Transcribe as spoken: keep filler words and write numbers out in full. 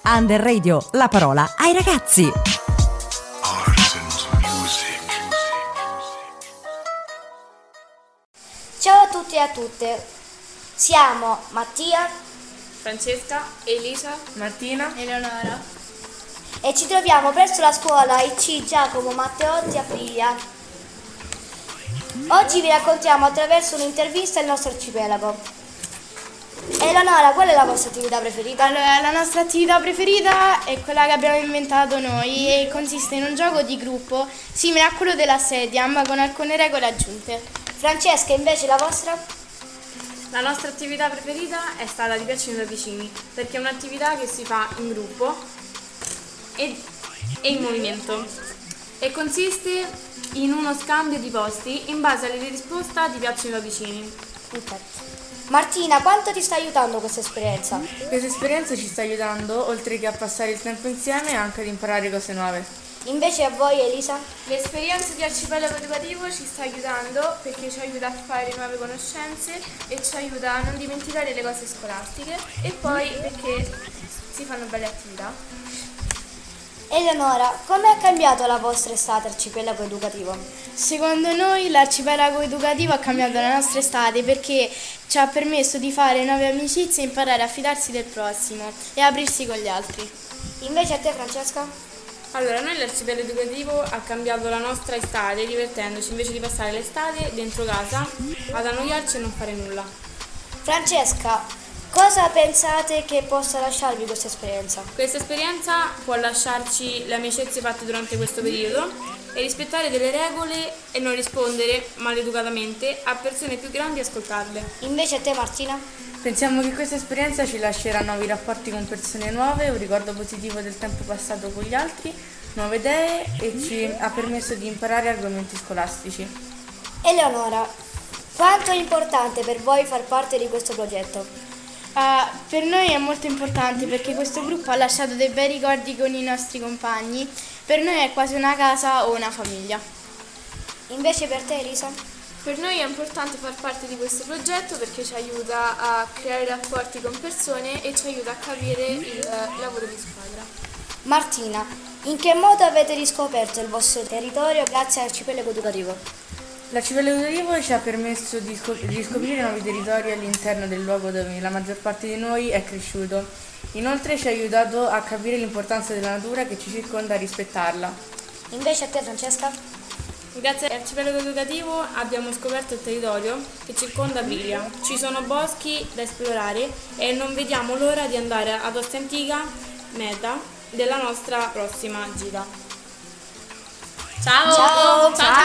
Under Radio, la parola ai ragazzi. Ciao a tutti e a tutte, siamo Mattia, Francesca, Elisa, Martina, Eleonora e ci troviamo presso la scuola I C Giacomo Matteotti a Piglia. Oggi vi raccontiamo attraverso un'intervista il nostro arcipelago. Eleonora, qual è la vostra attività preferita? Allora, la nostra attività preferita è quella che abbiamo inventato noi e consiste in un gioco di gruppo simile a quello della sedia, ma con alcune regole aggiunte. Francesca, invece la vostra? La nostra attività preferita è stata di Piacere da vicini, perché è un'attività che si fa in gruppo e, e in movimento e consiste in uno scambio di posti in base alle risposte di Piacere da vicini. Okay. Martina, quanto ti sta aiutando questa esperienza? Questa esperienza ci sta aiutando, oltre che a passare il tempo insieme, anche ad imparare cose nuove. Invece a voi, Elisa? L'esperienza di arcipelago educativo ci sta aiutando perché ci aiuta a fare nuove conoscenze e ci aiuta a non dimenticare le cose scolastiche e poi perché si fanno belle attività. Eleonora, come è cambiato la vostra estate arcipelago educativo? Secondo noi l'arcipelago educativo ha cambiato la nostra estate perché ci ha permesso di fare nuove amicizie e imparare a fidarsi del prossimo e aprirsi con gli altri. Invece a te, Francesca? Allora, noi l'arcipelago educativo ha cambiato la nostra estate divertendoci invece di passare l'estate dentro casa ad annoiarci e non fare nulla. Francesca, cosa pensate che possa lasciarvi questa esperienza? Questa esperienza può lasciarci le amicizie fatte durante questo periodo e rispettare delle regole e non rispondere maleducatamente a persone più grandi e ascoltarle. Invece a te, Martina? Pensiamo che questa esperienza ci lascerà nuovi rapporti con persone nuove, un ricordo positivo del tempo passato con gli altri, nuove idee e ci ha permesso di imparare argomenti scolastici. Eleonora, quanto è importante per voi far parte di questo progetto? Uh, per noi è molto importante perché questo gruppo ha lasciato dei bei ricordi con i nostri compagni. Per noi è quasi una casa o una famiglia. Invece per te, Elisa? Per noi è importante far parte di questo progetto perché ci aiuta a creare rapporti con persone e ci aiuta a capire il uh, lavoro di squadra. Martina, in che modo avete riscoperto il vostro territorio grazie all'arcipelago educativo? L'arcipelago educativo ci ha permesso di, scop- di scoprire nuovi territori all'interno del luogo dove la maggior parte di noi è cresciuto. Inoltre ci ha aiutato a capire l'importanza della natura che ci circonda e a rispettarla. Invece a te, Francesca? Grazie all'arcipelago educativo abbiamo scoperto il territorio che circonda Piglia. Ci sono boschi da esplorare e non vediamo l'ora di andare ad Ostia Antica, meta della nostra prossima gita. Ciao! Ciao! Ciao!